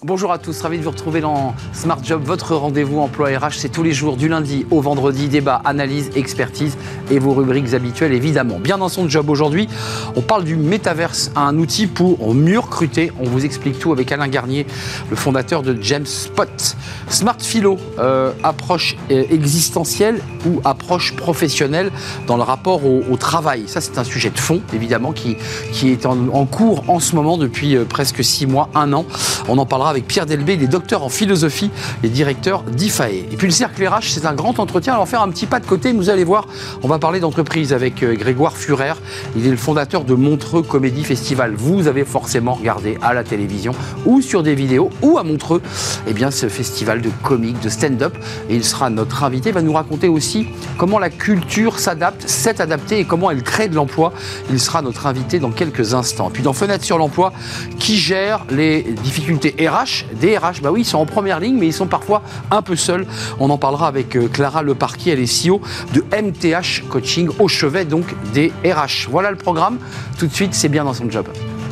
Bonjour à tous, ravi de vous retrouver dans Smart Job, votre rendez-vous emploi RH. C'est tous les jours du lundi au vendredi, débat, analyse, expertise et vos rubriques habituelles évidemment. Bien dans son job aujourd'hui, on parle du métaverse, un outil pour mieux recruter. On vous explique tout avec Alain Garnier, le fondateur de Jamespot. Smart Philo, approche existentielle ou approche professionnelle dans le rapport au travail. Ça c'est un sujet de fond évidemment qui est en cours en ce moment depuis presque 6 mois, 1 an. On en parlera avec Pierre Delbé, il est docteur en philosophie et directeur d'IFAE. Et puis le cercle RH, c'est un grand entretien. Alors faire un petit pas de côté, vous allez voir, on va parler d'entreprise avec Grégoire Furer. Il est le fondateur de Montreux Comédie Festival. Vous avez forcément regardé à la télévision ou sur des vidéos ou à Montreux, eh bien ce festival de comique, de stand-up. Et il sera notre invité, il va nous raconter aussi comment la culture s'adapte, s'est adaptée et comment elle crée de l'emploi. Il sera notre invité dans quelques instants. Puis dans Fenêtre sur l'emploi, qui gère les difficultés RH, des RH, bah oui, ils sont en première ligne, mais ils sont parfois un peu seuls. On en parlera avec Clara Leparquier, elle est CEO de MTH Coaching, au chevet donc des RH. Voilà le programme. Tout de suite, c'est bien dans son job.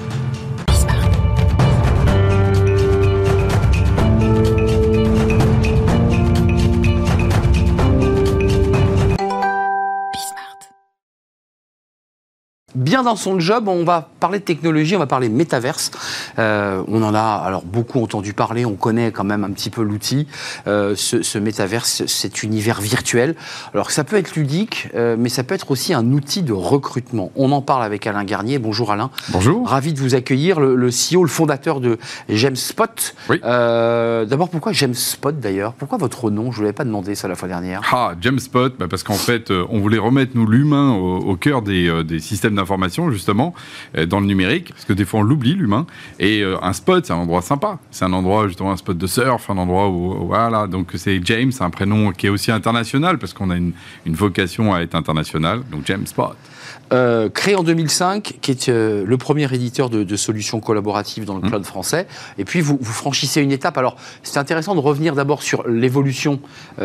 Bien dans son job, on va parler de technologie, on va parler métaverse. On en a alors beaucoup entendu parler, on connaît quand même un petit peu l'outil. Ce métaverse, cet univers virtuel. Alors ça peut être ludique, mais ça peut être aussi un outil de recrutement. On en parle avec Alain Garnier. Bonjour Alain. Bonjour. Ravi de vous accueillir, le CEO, le fondateur de Jamespot. Oui. D'abord, pourquoi Jamespot d'ailleurs ? Pourquoi votre nom ? Je ne vous l'avais pas demandé ça la fois dernière. Jamespot, parce qu'en fait, on voulait remettre nous l'humain au cœur des systèmes d'information justement dans le numérique, parce que des fois on l'oublie l'humain, et un spot c'est un endroit sympa, c'est un endroit justement, un spot de surf, un endroit où voilà, donc c'est James, un prénom qui est aussi international parce qu'on a une vocation à être international, donc Jamespot. Créé en 2005, qui est le premier éditeur de solutions collaboratives dans le cloud français. Et puis, vous franchissez une étape. Alors, c'est intéressant de revenir d'abord sur l'évolution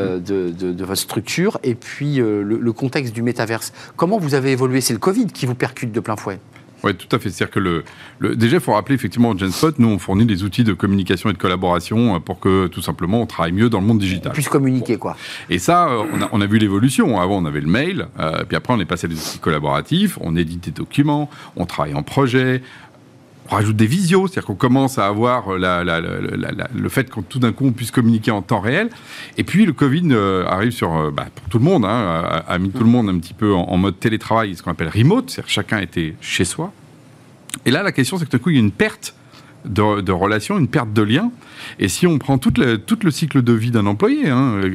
de votre structure et puis le contexte du métaverse. Comment vous avez évolué ? C'est le Covid qui vous percute de plein fouet. Oui, tout à fait. C'est-à-dire que déjà, il faut rappeler effectivement Jamespot, nous, on fournit des outils de communication et de collaboration pour que, tout simplement, on travaille mieux dans le monde digital. Plus communiquer, quoi. Et ça, on a vu l'évolution. Avant, on avait le mail, puis après, on est passé à des outils collaboratifs, on édite des documents, on travaille en projet, on rajoute des visios, c'est-à-dire qu'on commence à avoir le fait que tout d'un coup on puisse communiquer en temps réel. Et puis le Covid arrive pour tout le monde, a mis tout le monde un petit peu en mode télétravail, ce qu'on appelle remote, c'est-à-dire que chacun était chez soi. Et là, la question, c'est que tout d'un coup, il y a une perte de relations, une perte de liens. Et si on prend tout le cycle de vie d'un employé,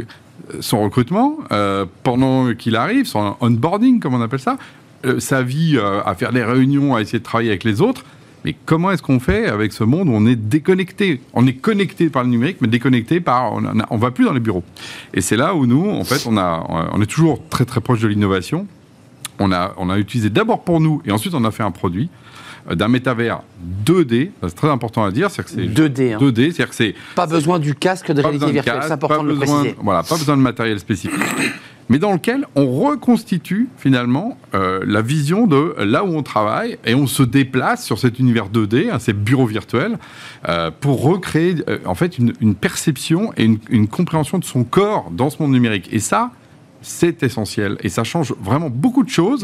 son recrutement, pendant qu'il arrive, son onboarding, comme on appelle ça, sa vie à faire des réunions, à essayer de travailler avec les autres. Mais comment est-ce qu'on fait avec ce monde où on est déconnecté ? On est connecté par le numérique, mais déconnecté on va plus dans les bureaux. Et c'est là où nous, en fait, on est toujours très très proche de l'innovation. On a utilisé d'abord pour nous, et ensuite on a fait un produit d'un métavers 2D, c'est très important à dire, c'est-à-dire que c'est 2D, 2D, c'est-à-dire que c'est pas besoin du casque de réalité virtuelle, c'est important de le préciser. Voilà, pas besoin de matériel spécifique. Mais dans lequel on reconstitue finalement la vision de là où on travaille et on se déplace sur cet univers 2D, ces bureaux virtuels, pour recréer en fait une perception et une compréhension de son corps dans ce monde numérique. Et ça, c'est essentiel et ça change vraiment beaucoup de choses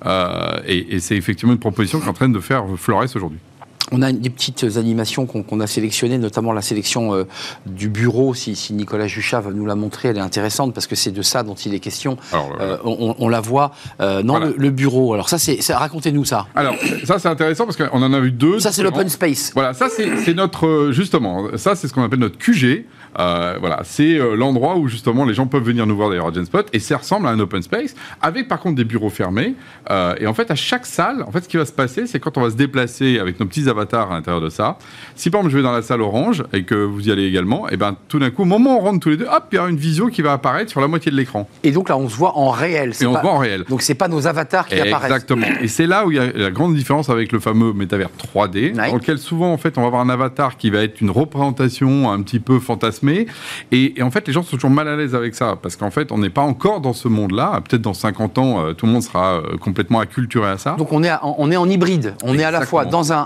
et c'est effectivement une proposition qui est en train de faire Flores aujourd'hui. On a des petites animations qu'on a sélectionnées, notamment la sélection du bureau, si Nicolas Juchat va nous la montrer, elle est intéressante parce que c'est de ça dont il est question. Alors, on la voit voilà. Le bureau. Alors ça, racontez-nous ça. Alors ça c'est intéressant parce qu'on en a vu 2. Ça c'est l'open space. Voilà, ça c'est notre, justement, ça c'est ce qu'on appelle notre QG. Voilà, c'est l'endroit où justement les gens peuvent venir nous voir d'ailleurs à Jamespot et ça ressemble à un open space avec par contre des bureaux fermés et en fait à chaque salle, en fait ce qui va se passer c'est quand on va se déplacer avec nos petits avatars à l'intérieur de ça, si par exemple je vais dans la salle orange et que vous y allez également, et ben tout d'un coup au moment où on rentre tous les deux, hop, il y a une visio qui va apparaître sur la moitié de l'écran. Et donc là on se voit en réel. On se voit en réel. Donc c'est pas nos avatars qui apparaissent. Exactement. Et c'est là où il y a la grande différence avec le fameux métavers 3D, dans lequel souvent en fait on va avoir un avatar qui va être une représentation un petit peu fantasmée. Et en fait, les gens sont toujours mal à l'aise avec ça, parce qu'en fait, on n'est pas encore dans ce monde-là. Peut-être dans 50 ans, tout le monde sera complètement acculturé à ça. Donc on est en hybride. On est à la fois dans un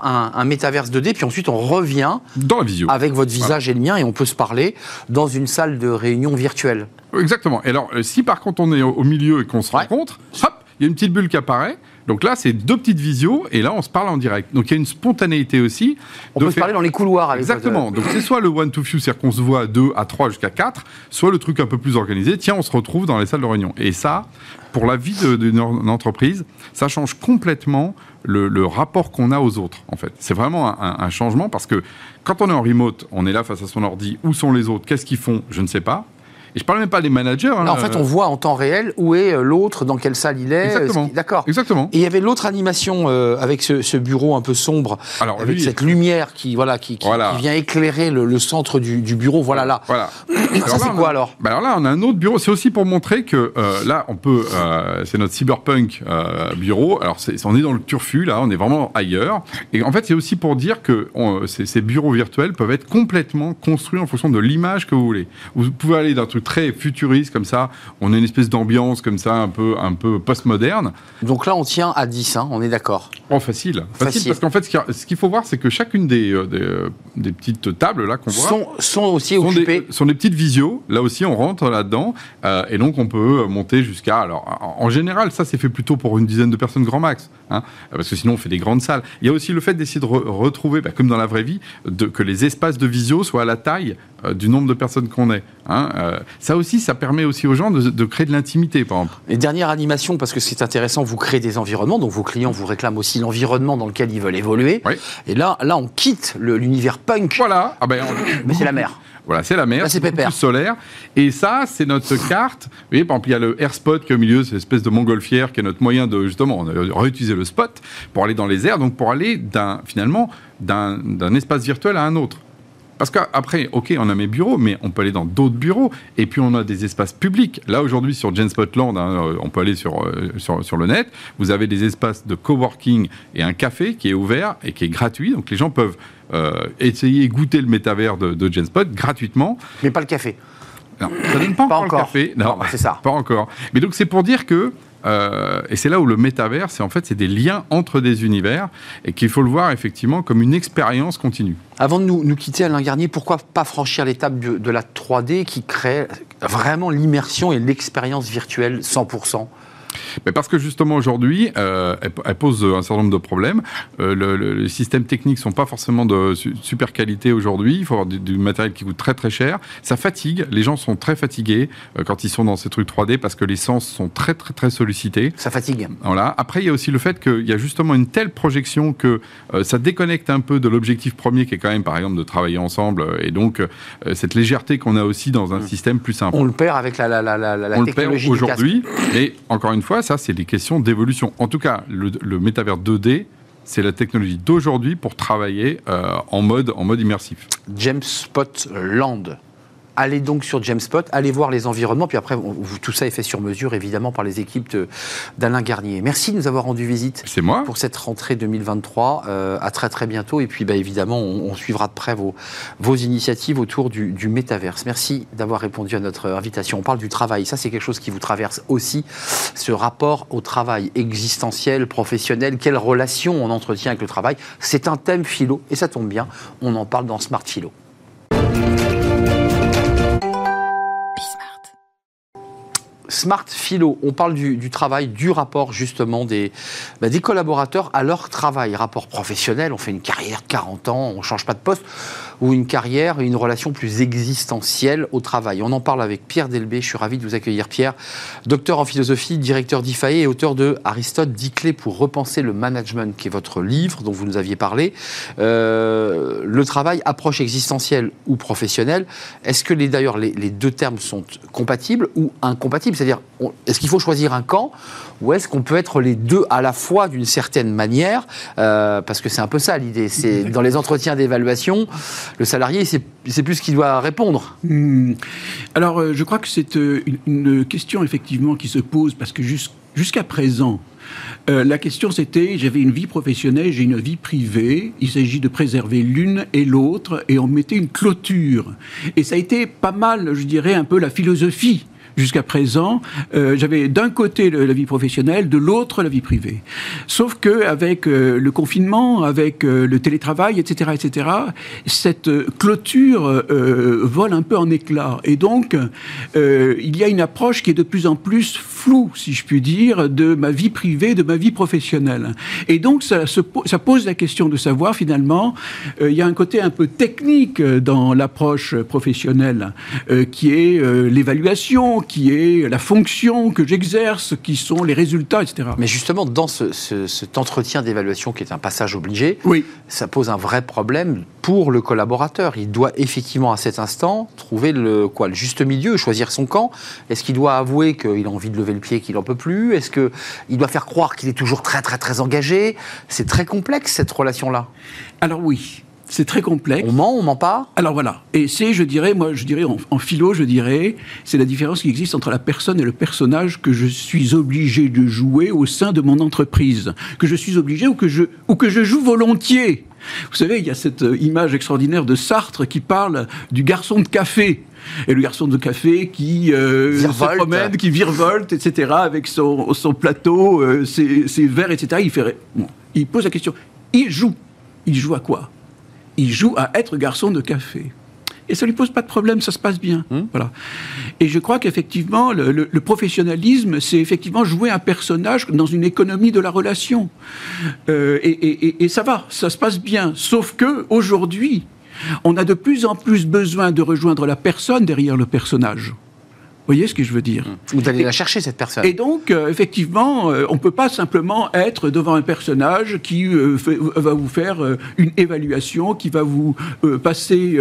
métaverse 2D, puis ensuite on revient dans la visio avec votre visage et le mien, et on peut se parler dans une salle de réunion virtuelle. Exactement. Et alors, si par contre on est au milieu et qu'on se rencontre, hop, il y a une petite bulle qui apparaît. Donc là, c'est 2 petites visios, et là, on se parle en direct. Donc il y a une spontanéité aussi. On peut se parler dans les couloirs avec Exactement. Donc c'est soit le one to few, c'est-à-dire qu'on se voit à 2, à 3, jusqu'à 4, soit le truc un peu plus organisé. Tiens, on se retrouve dans les salles de réunion. Et ça, pour la vie d'une entreprise, ça change complètement le rapport qu'on a aux autres, en fait. C'est vraiment un changement, parce que quand on est en remote, on est là face à son ordi. Où sont les autres? Qu'est-ce qu'ils font? Je ne sais pas. Et je parle même pas des managers. Là, en fait, on voit en temps réel où est l'autre, dans quelle salle il est. Exactement. D'accord. Exactement. Et il y avait l'autre animation avec ce bureau un peu sombre, avec lui, cette lumière qui vient éclairer le centre du bureau. Voilà là. Voilà. Ça, c'est quoi alors? Alors là, on a un autre bureau. C'est aussi pour montrer que là, on peut. C'est notre cyberpunk bureau. Alors, on est dans le turfu, là, on est vraiment ailleurs. Et en fait, c'est aussi pour dire que ces bureaux virtuels peuvent être complètement construits en fonction de l'image que vous voulez. Vous pouvez aller d'un truc très futuriste comme ça, on a une espèce d'ambiance comme ça, un peu postmoderne. Donc là, on tient à 10, hein, on est d'accord. Oh, facile, parce qu'en fait, ce qu'il faut voir, c'est que chacune des petites tables là qu'on voit sont aussi occupées. Sont des petites visios. Là aussi, on rentre là-dedans, et donc on peut monter jusqu'à. Alors, en général, ça c'est fait plutôt pour une dizaine de personnes grand max, hein, parce que sinon on fait des grandes salles. Il y a aussi le fait d'essayer de retrouver, comme dans la vraie vie, que les espaces de visio soient à la taille du nombre de personnes qu'on est. Hein. Ça aussi, ça permet aussi aux gens de créer de l'intimité, par exemple. Et dernière animation, parce que c'est intéressant, vous créez des environnements, donc vos clients vous réclament aussi l'environnement dans lequel ils veulent évoluer. Oui. Et là, on quitte l'univers punk. Voilà. Mais c'est la mer. Voilà, c'est la mer, là, c'est pépère. Plus solaire. Et ça, c'est notre carte. Vous voyez, par exemple, il y a le AirSpot qui est au milieu, c'est l'espèce de montgolfière qui est notre moyen de, justement, on a réutilisé le spot pour aller dans les airs, donc pour aller d'un espace virtuel à un autre. Parce qu'après, OK, on a mes bureaux, mais on peut aller dans d'autres bureaux. Et puis, on a des espaces publics. Là, aujourd'hui, sur Genspotland, on peut aller sur le net. Vous avez des espaces de coworking et un café qui est ouvert et qui est gratuit. Donc, les gens peuvent essayer et goûter le métavers de Genspot gratuitement. Mais pas le café. Non, ça donne pas encore le café. Non, c'est ça. Pas encore. Mais donc, c'est pour dire que et c'est là où le métavers, c'est des liens entre des univers et qu'il faut le voir effectivement comme une expérience continue. Avant de nous quitter, Alain Garnier, pourquoi pas franchir l'étape de la 3D qui crée vraiment l'immersion et l'expérience virtuelle 100%? Mais parce que justement aujourd'hui, elle pose un certain nombre de problèmes. Les systèmes techniques ne sont pas forcément de super qualité aujourd'hui. Il faut avoir du matériel qui coûte très très cher. Ça fatigue. Les gens sont très fatigués quand ils sont dans ces trucs 3D parce que les sens sont très très très sollicités. Ça fatigue. Voilà. Après, il y a aussi le fait qu'il y a justement une telle projection que ça déconnecte un peu de l'objectif premier qui est quand même par exemple de travailler ensemble. Et donc cette légèreté qu'on a aussi dans un système plus simple. On le perd avec la technologie aujourd'hui. Et encore une fois, ça, c'est des questions d'évolution. En tout cas, le métavers 2D, c'est la technologie d'aujourd'hui pour travailler en mode immersif. Genspotland. Allez donc sur Genspot, allez voir les environnements, puis après, tout ça est fait sur mesure, évidemment, par les équipes d'Alain Garnier. Merci de nous avoir rendu visite. C'est moi. Pour cette rentrée 2023. À très très bientôt. Et puis, évidemment, on suivra de près vos initiatives autour du métaverse. Merci d'avoir répondu à notre invitation. On parle du travail. Ça, c'est quelque chose qui vous traverse aussi, ce rapport au travail existentiel, professionnel. Quelle relation on entretient avec le travail? C'est un thème philo, et ça tombe bien, on en parle dans Smart Philo. Smart Philo, on parle du travail, du rapport justement des collaborateurs à leur travail, rapport professionnel, on fait une carrière de 40 ans, on ne change pas de poste, ou une carrière, une relation plus existentielle au travail. On en parle avec Pierre Delbé, je suis ravi de vous accueillir Pierre, docteur en philosophie, directeur d'IFAE et auteur de Aristote, 10 clés pour repenser le management, qui est votre livre dont vous nous aviez parlé. Le travail, approche existentielle ou professionnelle, est-ce que d'ailleurs les deux termes sont compatibles ou incompatibles? C'est-à-dire, est-ce qu'il faut choisir un camp ou est-ce qu'on peut être les deux à la fois d'une certaine manière? Parce que c'est un peu ça l'idée. C'est dans les entretiens d'évaluation, le salarié, il sait plus ce qu'il doit répondre. Alors, je crois que c'est une question effectivement qui se pose parce que jusqu'à présent, la question c'était, j'avais une vie professionnelle, j'ai une vie privée, il s'agit de préserver l'une et l'autre et on mettait une clôture. Et ça a été pas mal, je dirais, un peu la philosophie jusqu'à présent, j'avais d'un côté la vie professionnelle, de l'autre la vie privée. Sauf qu'avec le confinement, avec le télétravail, etc., cette clôture vole un peu en éclats. Et donc, il y a une approche qui est de plus en plus floue, si je puis dire, de ma vie privée, de ma vie professionnelle. Et donc, ça pose la question de savoir, finalement, il y a un côté un peu technique dans l'approche professionnelle, qui est l'évaluation, qui est la fonction que j'exerce, qui sont les résultats, etc. Mais justement, dans cet entretien d'évaluation qui est un passage obligé, oui, ça pose un vrai problème pour le collaborateur. Il doit effectivement, à cet instant, trouver le juste milieu, choisir son camp. Est-ce qu'il doit avouer qu'il a envie de lever le pied, qu'il n'en peut plus? Est-ce qu'il doit faire croire qu'il est toujours très, très, très engagé? C'est très complexe, cette relation-là. Alors oui. C'est très complexe. On ment pas? Alors voilà. Et c'est, je dirais, en philo, c'est la différence qui existe entre la personne et le personnage que je suis obligé de jouer au sein de mon entreprise. Que je suis obligé ou que je joue volontiers. Vous savez, il y a cette image extraordinaire de Sartre qui parle du garçon de café. Et le garçon de café qui se promène, qui virevolte, etc., avec son plateau, ses verres, etc. Il pose la question. Il joue. Il joue à quoi? Il joue à être garçon de café. Et ça ne lui pose pas de problème, ça se passe bien. Voilà. Et je crois qu'effectivement, le professionnalisme, c'est effectivement jouer un personnage dans une économie de la relation. Et ça va, ça se passe bien. Sauf qu'aujourd'hui, on a de plus en plus besoin de rejoindre la personne derrière le personnage. Vous voyez ce que je veux dire? Ou d'aller la chercher, cette personne. Et donc, effectivement, on ne peut pas simplement être devant un personnage qui va vous faire une évaluation, qui va vous passer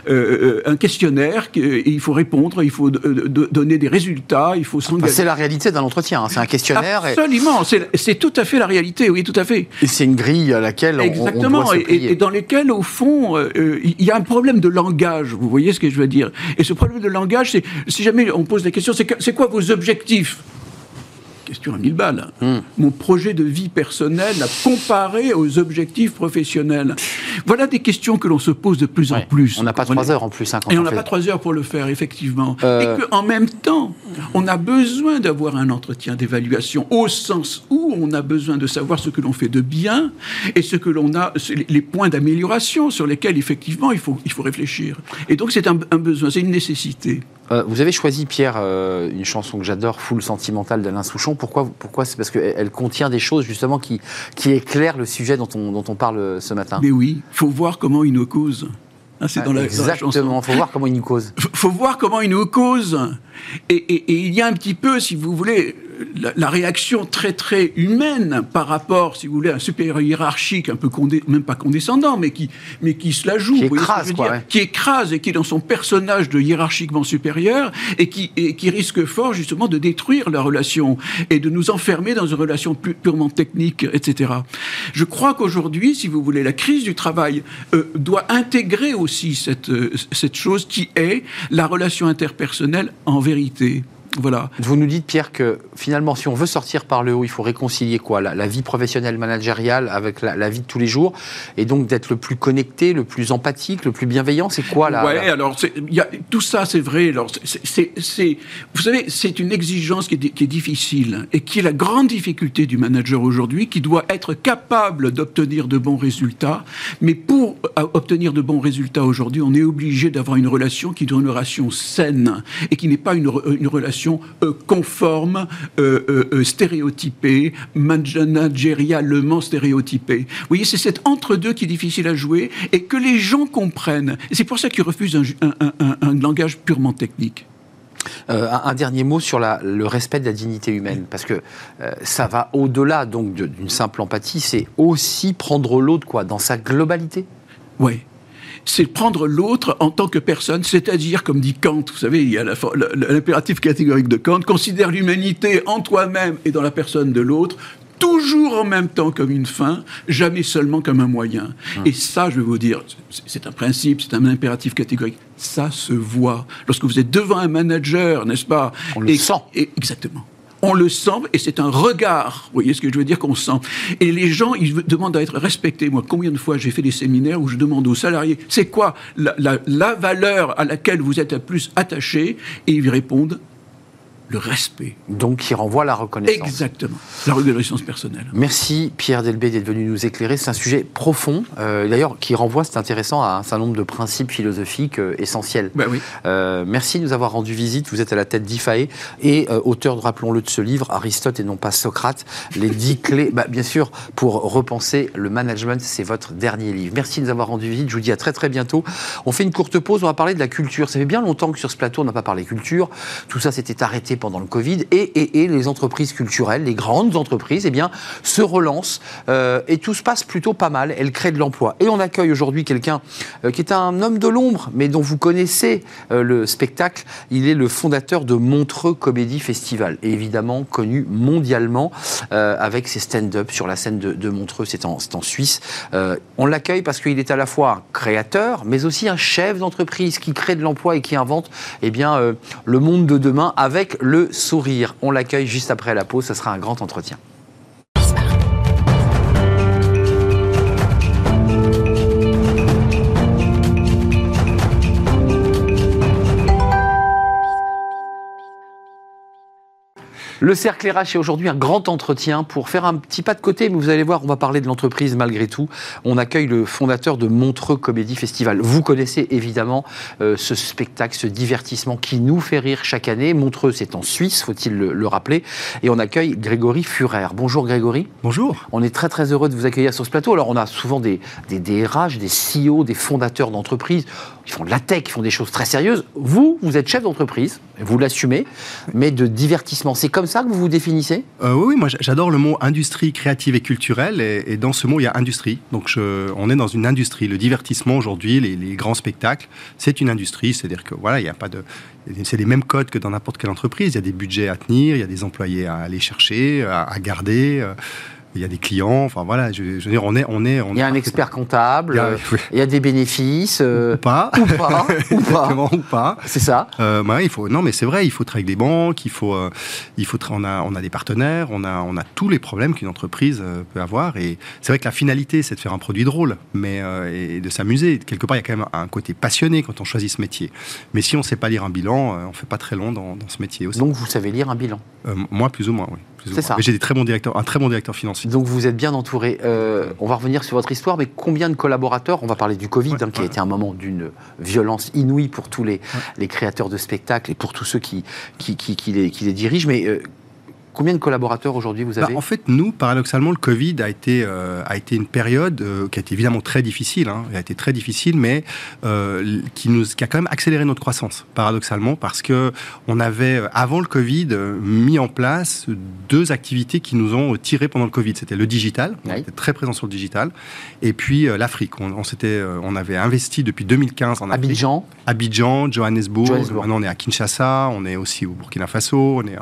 un questionnaire, et il faut répondre, il faut donner des résultats, il faut s'engager. C'est la réalité d'un entretien, c'est un questionnaire. Absolument, c'est tout à fait la réalité, oui, tout à fait. Et c'est une grille à laquelle on doit se plier. Et dans lesquelles, au fond, il y a un problème de langage, vous voyez ce que je veux dire? Et ce problème de langage, c'est, si jamais on pose la question, c'est quoi vos objectifs? Question à 1000 balles. Mon projet de vie personnelle à comparer aux objectifs professionnels. Voilà des questions que l'on se pose de plus en plus. On n'a pas 3 heures en plus. Et on n'a pas 3 heures pour le faire, effectivement. Et qu'en même temps, on a besoin d'avoir un entretien d'évaluation au sens où on a besoin de savoir ce que l'on fait de bien et ce que l'on a, les points d'amélioration sur lesquels, effectivement, il faut réfléchir. Et donc, c'est un besoin, c'est une nécessité. Vous avez choisi, Pierre, une chanson que j'adore, Foule sentimentale d'Alain Souchon. Pourquoi? C'est parce qu'elle contient des choses, justement, qui éclairent le sujet dont on parle ce matin. Mais oui, il faut voir comment il nous cause. C'est dans la chanson. Exactement, il faut voir comment il nous cause. Il faut voir comment il nous cause. Et il y a un petit peu, si vous voulez, la réaction très très humaine par rapport, si vous voulez, à un supérieur hiérarchique un peu même pas condescendant, mais qui se la joue, qui écrase, qui écrase et qui est dans son personnage de hiérarchiquement supérieur et qui risque fort justement de détruire la relation et de nous enfermer dans une relation purement technique, etc. Je crois qu'aujourd'hui, si vous voulez, la crise du travail doit intégrer aussi cette chose qui est la relation interpersonnelle en vérité. Voilà. Vous nous dites, Pierre, que finalement, si on veut sortir par le haut, il faut réconcilier quoi? La vie professionnelle managériale avec la vie de tous les jours, et donc d'être le plus connecté, le plus empathique, le plus bienveillant. C'est quoi là? Alors tout ça, c'est vrai. Alors, vous savez, c'est une exigence qui est difficile et qui est la grande difficulté du manager aujourd'hui, qui doit être capable d'obtenir de bons résultats. Mais pour obtenir de bons résultats aujourd'hui, on est obligé d'avoir une relation qui est une relation saine et qui n'est pas une relation conforme, stéréotypée, managérialement stéréotypée. Vous voyez, c'est cet entre-deux qui est difficile à jouer et que les gens comprennent. Et c'est pour ça qu'ils refusent un langage purement technique. Un dernier mot sur le respect de la dignité humaine, parce que ça va au-delà donc d'une simple empathie, c'est aussi prendre l'autre dans sa globalité. Oui. C'est prendre l'autre en tant que personne, c'est-à-dire, comme dit Kant, vous savez, il y a l'impératif catégorique de Kant, considère l'humanité en toi-même et dans la personne de l'autre, toujours en même temps comme une fin, jamais seulement comme un moyen. Et ça, je vais vous dire, c'est un principe, c'est un impératif catégorique. Ça se voit. Lorsque vous êtes devant un manager, n'est-ce pas? On le sent. Exactement. On le sent, et c'est un regard, vous voyez ce que je veux dire, qu'on sent. Et les gens, ils demandent à être respectés. Moi, combien de fois j'ai fait des séminaires où je demande aux salariés, c'est quoi la valeur à laquelle vous êtes le plus attaché? Et ils répondent, le respect. Donc, qui renvoie à la reconnaissance. Exactement, la reconnaissance personnelle. Merci Pierre Delbé d'être venu nous éclairer. C'est un sujet profond, d'ailleurs, qui renvoie, c'est intéressant, à un certain nombre de principes philosophiques essentiels. Ben oui. Merci de nous avoir rendu visite. Vous êtes à la tête d'IFAE et auteur, rappelons-le, de ce livre, Aristote et non pas Socrate, les 10 clés, bien sûr, pour repenser le management. C'est votre dernier livre. Merci de nous avoir rendu visite. Je vous dis à très très bientôt. On fait une courte pause. On va parler de la culture. Ça fait bien longtemps que sur ce plateau, on n'a pas parlé culture. Tout ça s'était arrêté pendant le Covid. Et les entreprises culturelles, les grandes entreprises, se relancent. Et tout se passe plutôt pas mal. Elles créent de l'emploi. Et on accueille aujourd'hui quelqu'un qui est un homme de l'ombre, mais dont vous connaissez le spectacle. Il est le fondateur de Montreux Comédie Festival. Et évidemment connu mondialement avec ses stand-up sur la scène de Montreux. C'est en Suisse. On l'accueille parce qu'il est à la fois un créateur, mais aussi un chef d'entreprise qui crée de l'emploi et qui invente le monde de demain avec le sourire. On l'accueille juste après la pause, ça sera un grand entretien. Le Cercle RH est aujourd'hui un grand entretien pour faire un petit pas de côté, mais vous allez voir, on va parler de l'entreprise malgré tout. On accueille le fondateur de Montreux Comédie Festival. Vous connaissez évidemment ce spectacle, ce divertissement qui nous fait rire chaque année. Montreux, c'est en Suisse, faut-il le rappeler. Et on accueille Grégory Furer. Bonjour Grégory. Bonjour. On est très très heureux de vous accueillir sur ce plateau. Alors on a souvent des DRH, des CEO, des fondateurs d'entreprises. Ils font de la tech, ils font des choses très sérieuses. Vous êtes chef d'entreprise, vous l'assumez, mais de divertissement. C'est comme ça que vous vous définissez ? Oui, moi j'adore le mot industrie créative et culturelle, et dans ce mot il y a industrie. Donc on est dans une industrie. Le divertissement aujourd'hui, les grands spectacles, c'est une industrie. C'est-à-dire que voilà, il y a pas de, c'est les mêmes codes que dans n'importe quelle entreprise. Il y a des budgets à tenir, il y a des employés à aller chercher, à garder. Il y a des clients, enfin voilà, je veux dire, on est. Il y a un expert comptable, il y a des bénéfices. Ou pas. Ou pas. C'est ça. Non, mais c'est vrai, il faut travailler avec des banques, on a des partenaires, on a tous les problèmes qu'une entreprise peut avoir. Et c'est vrai que la finalité, c'est de faire un produit drôle, et de s'amuser. Quelque part, il y a quand même un côté passionné quand on choisit ce métier. Mais si on ne sait pas lire un bilan, on ne fait pas très long dans ce métier aussi. Donc vous savez lire un bilan ? Moi, plus ou moins, oui. C'est ça. Mais j'ai un très bon directeur financier. Donc vous êtes bien entouré. On va revenir sur votre histoire, mais combien de collaborateurs ? On va parler du Covid, qui a été un moment d'une violence inouïe pour tous les créateurs de spectacles et pour tous ceux qui les dirigent. Mais combien de collaborateurs aujourd'hui vous avez ? En fait, nous, paradoxalement, le Covid a été une période qui a été évidemment très difficile, mais qui a quand même accéléré notre croissance, paradoxalement, parce que on avait, avant le Covid, mis en place 2 activités qui nous ont tirés pendant le Covid. C'était le digital, on était très présent sur le digital, et puis l'Afrique. On avait investi depuis 2015 en Afrique. Abidjan, Johannesburg. Maintenant, on est à Kinshasa, on est aussi au Burkina Faso, on est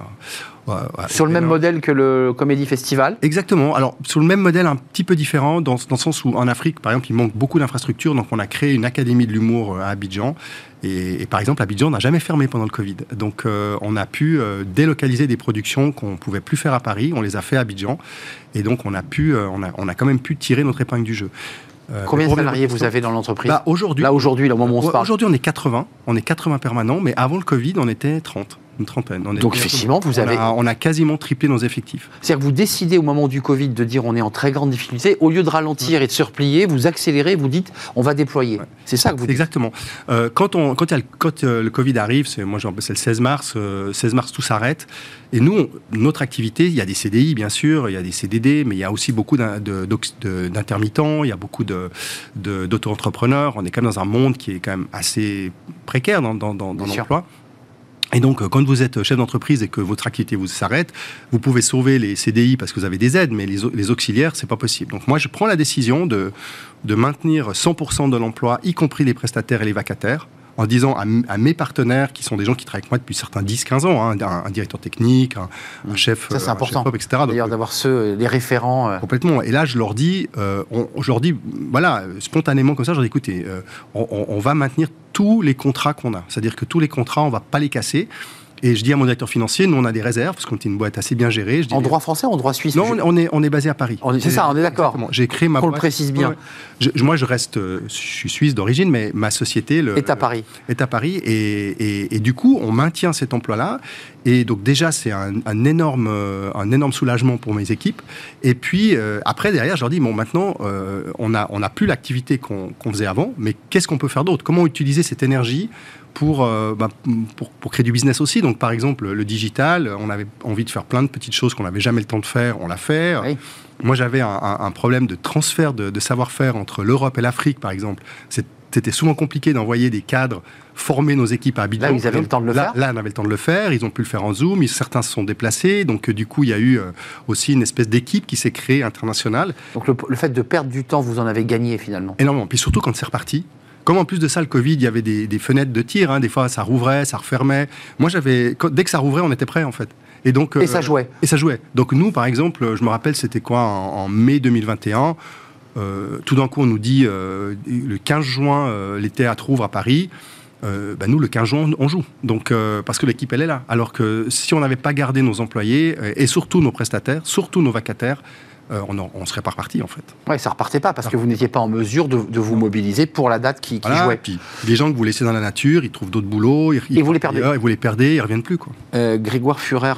sur le même modèle que le Comédie Festival ? Exactement. Alors, sur le même modèle un petit peu différent, dans le sens où en Afrique, par exemple, il manque beaucoup d'infrastructures. Donc, on a créé une académie de l'humour à Abidjan. Et par exemple, Abidjan n'a jamais fermé pendant le Covid. Donc, on a pu délocaliser des productions qu'on ne pouvait plus faire à Paris. On les a fait à Abidjan. Et donc, on a quand même pu tirer notre épingle du jeu. Combien de salariés vous avez dans l'entreprise ? Aujourd'hui, au moment où on se parle. Aujourd'hui, on est 80. On est 80 permanents. Mais avant le Covid, on était 30. Une trentaine. Donc effectivement, on a quasiment triplé nos effectifs. C'est-à-dire que vous décidez au moment du Covid de dire on est en très grande difficulté, au lieu de ralentir et de se replier, vous accélérez, vous dites on va déployer. Ouais. C'est ça que vous dites. Exactement. Quand le Covid arrive, c'est le 16 mars. 16 mars, tout s'arrête. Et nous, notre activité, il y a des CDI bien sûr, il y a des CDD, mais il y a aussi beaucoup d'intermittents, il y a beaucoup d'auto-entrepreneurs. On est quand même dans un monde qui est quand même assez précaire dans l'emploi. Et donc, quand vous êtes chef d'entreprise et que votre activité vous s'arrête, vous pouvez sauver les CDI parce que vous avez des aides, mais les auxiliaires, c'est pas possible. Donc moi, je prends la décision de maintenir 100% de l'emploi, y compris les prestataires et les vacataires, en disant à mes partenaires, qui sont des gens qui travaillent avec moi depuis certains 10-15 ans, un directeur technique, un chef, ça, c'est important. Chef, etc. D'ailleurs, d'avoir les référents. Complètement. Et là, je leur dis, voilà, spontanément comme ça, je leur dis, écoutez, on va maintenir tous les contrats qu'on a. C'est-à-dire que tous les contrats, on ne va pas les casser. Et je dis à mon directeur financier, nous on a des réserves, parce qu'on est une boîte assez bien gérée. En droit français ou en droit suisse? Non, on est basé à Paris. C'est ça, on est d'accord. J'ai créé ma boîte. Qu'on le précise bien. Ouais. Moi, je suis suisse d'origine, mais ma société est à Paris. Est à Paris. Et du coup, on maintient cet emploi-là. Et donc déjà, c'est un énorme soulagement pour mes équipes. Et puis, après, derrière, je leur dis, bon, maintenant, on n'a plus l'activité qu'on faisait avant, mais qu'est-ce qu'on peut faire d'autre? Comment utiliser cette énergie pour créer du business aussi? Donc, par exemple, le digital, on avait envie de faire plein de petites choses qu'on n'avait jamais le temps de faire, on l'a fait. Oui. Moi, j'avais un problème de transfert de savoir-faire entre l'Europe et l'Afrique, par exemple. C'était souvent compliqué d'envoyer des cadres former nos équipes à Abidjan. Là, ils avaient le temps de le faire. Là, on avait le temps de le faire. Ils ont pu le faire en Zoom. Certains se sont déplacés. Donc, du coup, il y a eu aussi une espèce d'équipe qui s'est créée internationale. Donc, le fait de perdre du temps, vous en avez gagné finalement. Énormément. Puis surtout quand c'est reparti. Comme en plus de ça, le Covid, il y avait des fenêtres de tir. Hein. Des fois, ça rouvrait, ça refermait. Moi, dès que ça rouvrait, on était prêt, en fait. Et donc, ça jouait. Et ça jouait. Donc, nous, par exemple, je me rappelle, c'était quoi, en mai 2021, tout d'un coup, on nous dit, le 15 juin, les théâtres ouvrent à Paris. Nous, le 15 juin, on joue. Donc, parce que l'équipe, elle est là. Alors que si on n'avait pas gardé nos employés, et surtout nos prestataires, surtout nos vacataires, on serait pas reparti, en fait. Oui, ça repartait pas, parce que vous n'étiez pas en mesure de vous mobiliser pour la date qui jouait. Puis, les gens que vous laissez dans la nature, ils trouvent d'autres boulots. Et vous les perdez. Vous les perdez, ils reviennent plus, quoi. Grégoire Fürer,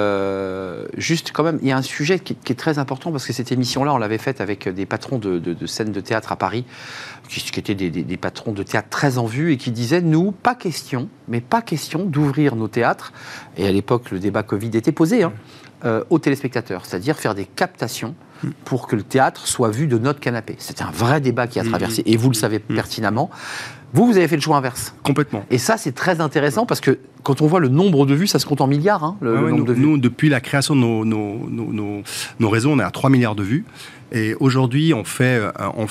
juste quand même, il y a un sujet qui est très important, parce que cette émission-là, on l'avait faite avec des patrons de scènes de théâtre à Paris, qui étaient des patrons de théâtre très en vue, et qui disaient, nous, pas question d'ouvrir nos théâtres, et à l'époque, le débat Covid était posé, aux téléspectateurs, c'est-à-dire faire des captations pour que le théâtre soit vu de notre canapé. C'était un vrai débat qui a traversé, et vous le savez pertinemment. Vous avez fait le choix inverse. Complètement. Et ça, c'est très intéressant, parce que quand on voit le nombre de vues, ça se compte en milliards, le nombre de vues. Nous, depuis la création de nos réseaux, on est à 3 milliards de vues. Et aujourd'hui, on fait 1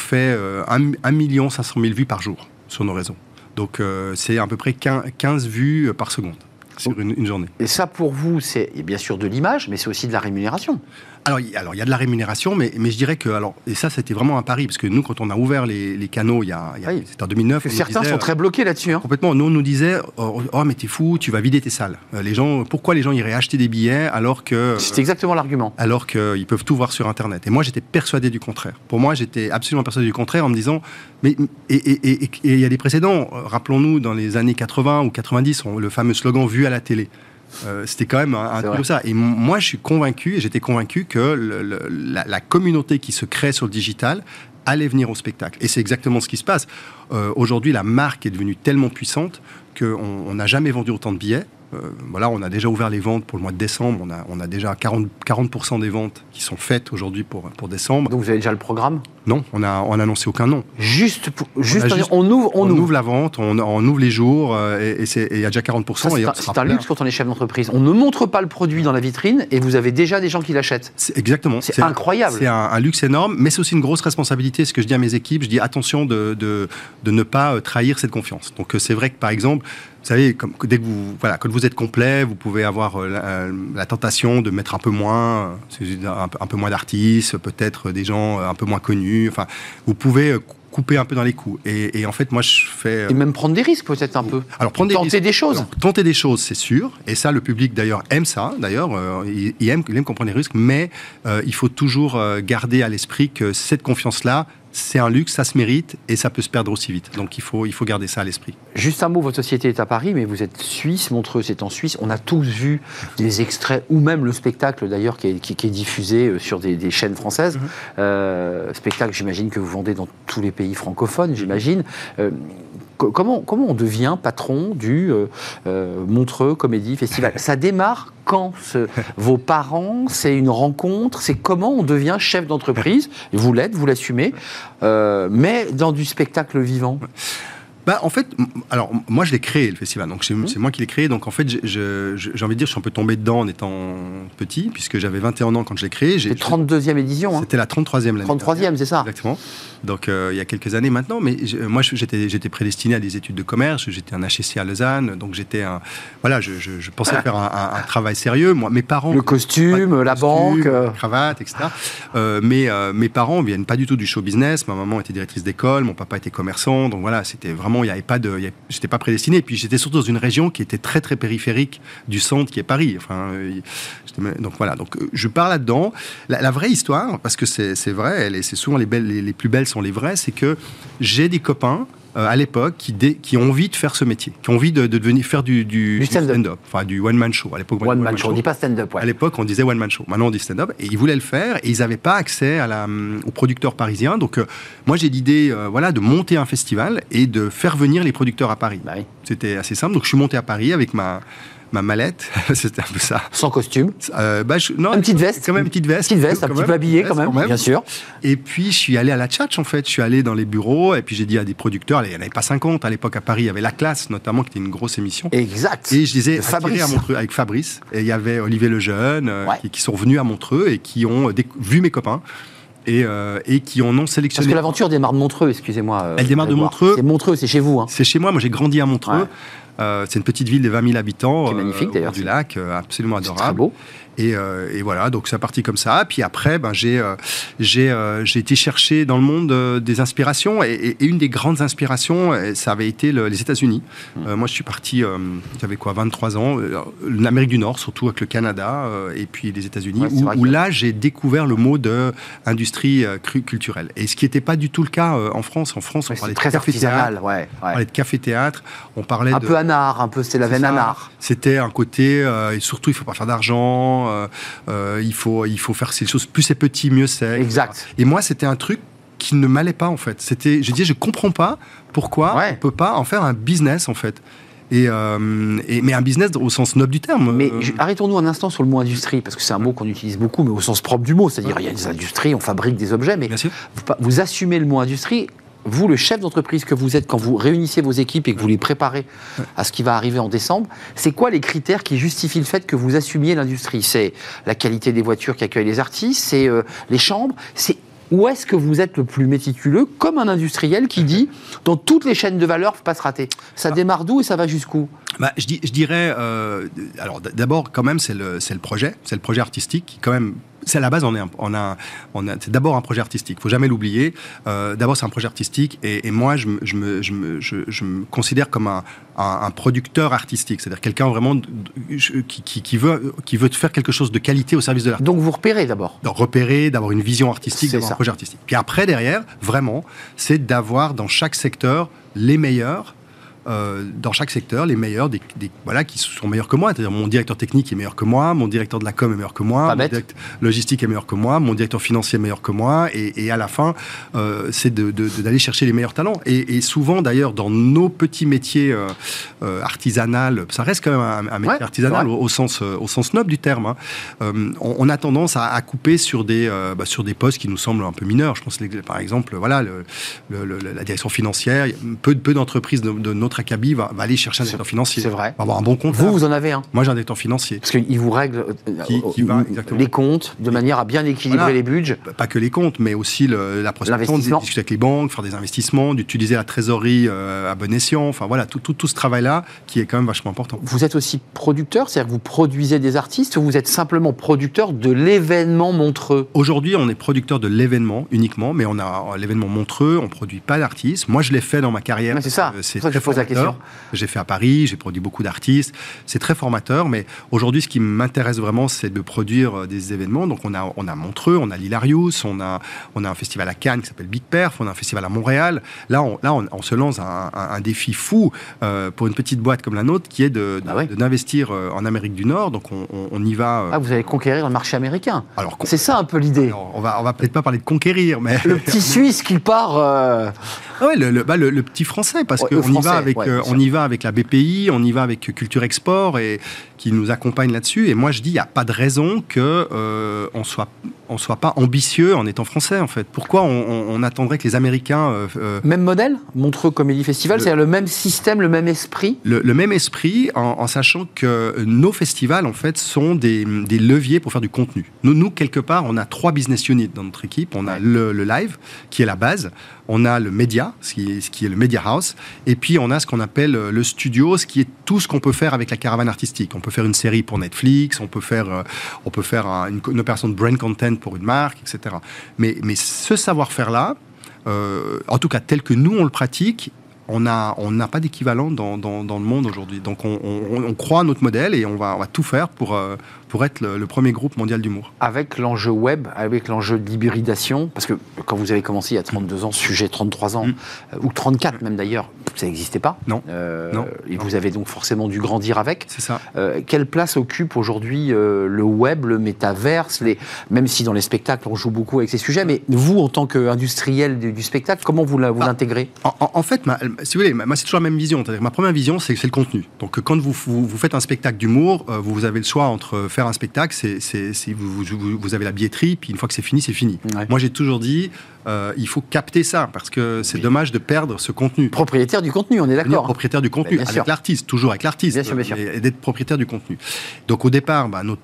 500 000 vues par jour sur nos réseaux. Donc, c'est à peu près 15 vues par seconde sur une journée. Et ça, pour vous, c'est bien sûr de l'image, mais c'est aussi de la rémunération. Alors, il y a de la rémunération, mais je dirais que... et ça, c'était vraiment un pari, parce que nous, quand on a ouvert les canaux, c'était en 2009... Certains sont très bloqués là-dessus. Complètement. Nous, on nous disait, oh, mais t'es fou, tu vas vider tes salles. Pourquoi les gens iraient acheter des billets alors que... C'est exactement l'argument. Alors qu'ils peuvent tout voir sur Internet. Et moi, j'étais persuadé du contraire. Pour moi, j'étais absolument persuadé du contraire, en me disant... Et il y a des précédents. Rappelons-nous, dans les années 80 ou 90, le fameux slogan « Vu à la télé ». C'était quand même un truc comme ça. Et moi, j'étais convaincu que la communauté qui se crée sur le digital allait venir au spectacle. Et c'est exactement ce qui se passe. Aujourd'hui, la marque est devenue tellement puissante qu'on n'a jamais vendu autant de billets. On a déjà ouvert les ventes pour le mois de décembre. On a déjà 40% des ventes qui sont faites aujourd'hui pour décembre. Donc vous avez déjà le programme ? Non, on a annoncé aucun nom. On ouvre la vente, on ouvre les jours et il y a déjà 40%. C'est un luxe quand on est chef d'entreprise. On ne montre pas le produit dans la vitrine et vous avez déjà des gens qui l'achètent. Exactement. C'est incroyable. C'est un luxe énorme, mais c'est aussi une grosse responsabilité. Ce que je dis à mes équipes, je dis attention de ne pas trahir cette confiance. Donc c'est vrai que par exemple, vous savez, quand vous êtes complet, vous pouvez avoir la tentation de mettre un peu moins d'artistes, peut-être des gens un peu moins connus. Enfin, vous pouvez couper un peu dans les coûts. Et en fait, moi, je fais... Et même prendre des risques, peut-être un peu. Alors, tenter des choses. Tenter des choses, c'est sûr. Et ça, le public, d'ailleurs, aime ça. D'ailleurs, il aime qu'on prenne des risques. Mais il faut toujours garder à l'esprit que cette confiance-là, c'est un luxe, ça se mérite et ça peut se perdre aussi vite. Donc il faut garder ça à l'esprit. Juste un mot, votre société est à Paris, mais vous êtes suisse, Montreux c'est en Suisse. On a tous vu des extraits, ou même le spectacle d'ailleurs qui est diffusé sur des chaînes françaises. Spectacle, j'imagine, que vous vendez dans tous les pays francophones, j'imagine. Comment on devient patron du Montreux Comédie Festival ? Ça démarre quand vos parents, c'est une rencontre, c'est comment on devient chef d'entreprise ? Vous l'êtes, vous l'assumez, mais dans du spectacle vivant. En fait, alors moi je l'ai créé le festival, donc c'est moi qui l'ai créé, donc en fait j'ai envie de dire je suis un peu tombé dedans en étant petit, puisque j'avais 21 ans quand je l'ai créé. C'était 32e édition. C'était la 33e l'année. 33e, c'est ça. Exactement. Donc il y a quelques années maintenant, mais moi j'étais prédestiné à des études de commerce, j'étais un HEC à Lausanne, donc je pensais faire un travail sérieux. Moi, mes parents... Le costume, la banque... La cravate, etc. Mais mes parents viennent pas du tout du show business, ma maman était directrice d'école, mon papa était commerçant, donc voilà, c'était vraiment vraiment, j'étais pas prédestiné. Et puis j'étais surtout dans une région qui était très très périphérique du centre, qui est Paris. Enfin, donc voilà. Donc je pars là-dedans. La vraie histoire, parce que c'est vrai, c'est souvent les plus belles sont les vraies, c'est que j'ai des copains à l'époque qui ont envie de faire ce métier, qui ont envie de devenir faire du stand-up, enfin du one-man show. À l'époque, one-man show, on dit pas stand-up. Ouais. À l'époque, on disait one-man show. Maintenant, on dit stand-up. Et ils voulaient le faire et ils n'avaient pas accès aux producteurs parisiens. Donc, moi, j'ai l'idée de monter un festival et de faire venir les producteurs à Paris. Bah oui. C'était assez simple. Donc, je suis monté à Paris avec ma mallette, c'était un peu ça. Sans costume. Non, une petite veste. Quand même une petite veste. Un petit peu habillé quand même, bien sûr. Et puis, je suis allé à la Tchatch, en fait. Je suis allé dans les bureaux et puis j'ai dit à des producteurs, il n'y en avait pas 50 à l'époque à Paris, il y avait La Classe, notamment, qui était une grosse émission. Exact. Et je les ai attirés à Montreux avec Fabrice. Et il y avait Olivier Lejeune, qui sont venus à Montreux et qui ont vu mes copains. Et qui en ont sélectionné. Parce que l'aventure démarre de Montreux, excusez-moi. Elle démarre de Montreux. C'est Montreux, c'est chez vous. Hein. C'est chez moi. Moi, j'ai grandi à Montreux. Ouais. C'est une petite ville de 20 000 habitants. C'est magnifique d'ailleurs. Du lac, absolument adorable. C'est très beau. Et voilà, donc c'est parti comme ça. Puis après, j'ai été chercher dans le monde des inspirations. Et une des grandes inspirations, ça avait été les États-Unis. Moi, je suis parti, j'avais 23 ans, l'Amérique du Nord, surtout avec le Canada, et puis les États-Unis, où là, j'ai découvert le mot de industrie culturelle. Et ce qui n'était pas du tout le cas en France. En France, on parlait de café-théâtre. On parlait de café-théâtre. On parlait peu anard, c'était la veine anard. C'était un côté, et surtout, il ne faut pas faire d'argent. Il faut faire ces choses, plus c'est petit, mieux c'est. Exact. Et moi, c'était un truc qui ne m'allait pas, en fait. Je disais, je comprends pas pourquoi on peut pas en faire un business, en fait. Mais un business au sens noble du terme. Mais arrêtons-nous un instant sur le mot industrie, parce que c'est un mot qu'on utilise beaucoup, mais au sens propre du mot. C'est-à-dire, il y a des industries, on fabrique des objets, mais vous assumez le mot industrie. Vous, le chef d'entreprise que vous êtes, quand vous réunissez vos équipes et que vous les préparez à ce qui va arriver en décembre, c'est quoi les critères qui justifient le fait que vous assumiez l'industrie ? C'est la qualité des voitures qui accueillent les artistes, c'est les chambres, c'est où est-ce que vous êtes le plus méticuleux, comme un industriel qui dit, dans toutes les chaînes de valeur, il ne faut pas se rater. Ça démarre d'où et ça va jusqu'où ? Je dirais, alors d'abord quand même c'est le projet artistique qui quand même. C'est à la base, c'est d'abord un projet artistique. Il faut jamais l'oublier. D'abord, c'est un projet artistique, et moi, je me considère comme un producteur artistique, c'est-à-dire quelqu'un vraiment qui veut faire quelque chose de qualité au service de l'art. Donc, vous repérez d'abord. Donc, repérer, d'avoir une vision artistique, d'avoir un projet artistique. Puis après, derrière, vraiment, c'est d'avoir dans chaque secteur les meilleurs. Dans chaque secteur, les meilleurs qui sont meilleurs que moi. C'est-à-dire mon directeur technique est meilleur que moi, mon directeur de la com est meilleur que moi, mon directeur logistique est meilleur que moi, mon directeur financier est meilleur que moi, et à la fin, c'est d'aller chercher les meilleurs talents. Et souvent, d'ailleurs, dans nos petits métiers artisanaux, ça reste quand même un métier artisanal au sens noble du terme. On a tendance à couper sur des postes qui nous semblent un peu mineurs. Je pense, par exemple, la direction financière, peu d'entreprises de notre acabit va aller chercher un directeur financier. C'est vrai. Va avoir un bon compte. Vous en avez un. Moi, j'ai un directeur financier. Parce qu'il vous règle les comptes de manière à bien équilibrer les budgets. Pas que les comptes, mais aussi la prospection, discuter avec les banques, faire des investissements, d'utiliser la trésorerie à bon escient. Enfin voilà, tout ce travail-là qui est quand même vachement important. Vous êtes aussi producteur, c'est-à-dire que vous produisez des artistes, ou vous êtes simplement producteur de l'événement Montreux ? Aujourd'hui, on est producteur de l'événement uniquement, mais on a l'événement Montreux, on ne produit pas d'artistes. Moi, je l'ai fait dans ma carrière. Mais c'est ça. C'est très pose la question. J'ai fait à Paris, j'ai produit beaucoup d'artistes. C'est très formateur, mais aujourd'hui, ce qui m'intéresse vraiment, c'est de produire des événements. Donc, on a Montreux, on a l'Hilarious, on a un festival à Cannes qui s'appelle Big Perf, on a un festival à Montréal. Là, on se lance un défi fou pour une petite boîte comme la nôtre, qui est d'investir en Amérique du Nord. Donc, on y va. Vous allez conquérir le marché américain. C'est ça un peu l'idée. On va peut-être pas parler de conquérir, mais le petit Suisse qui part. Ouais, le petit Français, parce qu'on y va avec la BPI, on y va avec Culture Export et qui nous accompagne là-dessus. Et moi, je dis, il n'y a pas de raison qu'on soit pas ambitieux en étant français, en fait. Pourquoi on attendrait que les Américains... Même modèle, Montreux Comédie Festival, c'est-à-dire le même système, le même esprit. Le même esprit, en sachant que nos festivals, en fait, sont des leviers pour faire du contenu. Nous, quelque part, on a 3 business units dans notre équipe. On a le live, qui est la base. On a le média, ce qui est le Media House. Et puis, on a ce qu'on appelle le studio, ce qui est tout ce qu'on peut faire avec la caravane artistique. On peut faire une série pour Netflix, on peut faire une opération de brand content pour une marque, etc. Mais ce savoir-faire-là, en tout cas tel que nous on le pratique, on n'a pas d'équivalent dans le monde aujourd'hui. Donc on croit à notre modèle et on va tout faire pour être le premier groupe mondial d'humour. Avec l'enjeu web, avec l'enjeu de l'hybridation, parce que quand vous avez commencé il y a 32 ans, ce sujet 33 ans, ou 34 même d'ailleurs, ça n'existait pas. Non. Et vous avez donc forcément dû grandir avec. C'est ça. Quelle place occupe aujourd'hui le web, le métaverse, même si dans les spectacles on joue beaucoup avec ces sujets, mais vous en tant qu'industriel du spectacle, comment vous l'intégrez? En fait, si vous voulez, moi c'est toujours la même vision. C'est-à-dire, ma première vision, c'est le contenu. Donc quand vous faites un spectacle d'humour, vous avez le choix entre faire un spectacle, vous avez la billetterie, puis une fois que c'est fini, c'est fini. Ouais. Moi j'ai toujours dit, il faut capter ça, parce que c'est dommage de perdre ce contenu. Propriétaire du contenu, on est d'accord. Propriétaire du contenu, avec l'artiste, toujours avec l'artiste. Bien sûr. Et d'être propriétaire du contenu. Donc au départ,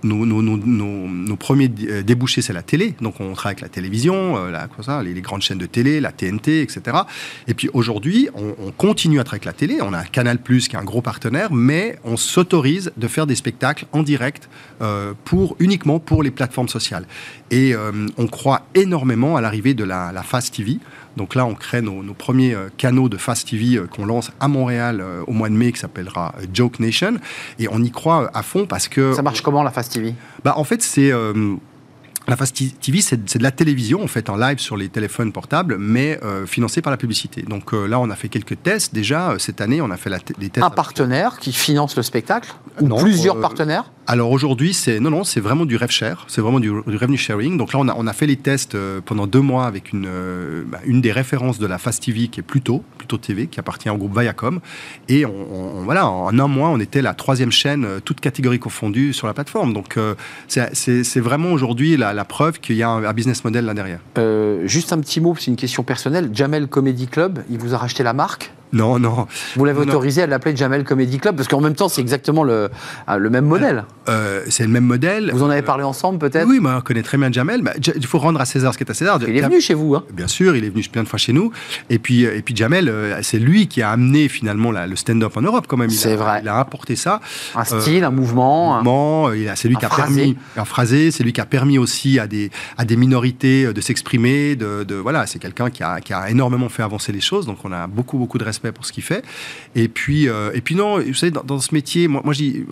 nos premiers débouchés, c'est la télé. Donc on travaille avec la télévision, les grandes chaînes de télé, la TNT, etc. Et puis aujourd'hui, on continue à travailler avec la télé. On a Canal+, qui est un gros partenaire, mais on s'autorise de faire des spectacles en direct uniquement pour les plateformes sociales. Et on croit énormément à l'arrivée de la Fast TV. Donc là, on crée nos premiers canaux de Fast TV qu'on lance à Montréal au mois de mai, qui s'appellera Joke Nation. Et on y croit à fond parce que... Ça marche comment, la Fast TV ? En fait, c'est... La Fast TV, c'est de la télévision, en fait, en live sur les téléphones portables, mais financée par la publicité. Donc là, on a fait quelques tests. Déjà, cette année, on a fait des tests. Un partenaire qui finance le spectacle ? Ou plusieurs partenaires ? Alors aujourd'hui, c'est vraiment du rev share, c'est vraiment du revenue sharing. Donc là, on a fait les tests pendant 2 mois avec une des références de la Fast TV qui est Pluto TV, qui appartient au groupe Viacom. Et en 1 mois, on était la 3e chaîne, toute catégorie confondue, sur la plateforme. Donc c'est vraiment aujourd'hui la preuve qu'il y a un business model là derrière. Juste un petit mot, c'est une question personnelle. Jamel Comedy Club, il vous a racheté la marque ? Non. Vous l'avez autorisé à l'appeler Jamel Comedy Club, parce qu'en même temps, c'est exactement le même modèle. C'est le même modèle. Vous en avez parlé ensemble, peut-être ? Oui, moi, on connaît très bien Jamel. Il faut rendre à César ce qui est à César. Il est venu chez vous, hein ? Bien sûr, il est venu plein de fois chez nous. Et puis Jamel, c'est lui qui a amené finalement le stand-up en Europe, quand même. C'est vrai. Il a apporté ça. Un style, un mouvement. C'est lui qui a permis un phrasé. C'est lui qui a permis aussi à des minorités de s'exprimer. Voilà, c'est quelqu'un qui a énormément fait avancer les choses. Donc on a beaucoup de respect pour ce qu'il fait. Et puis non, vous savez, dans ce métier, moi je dis,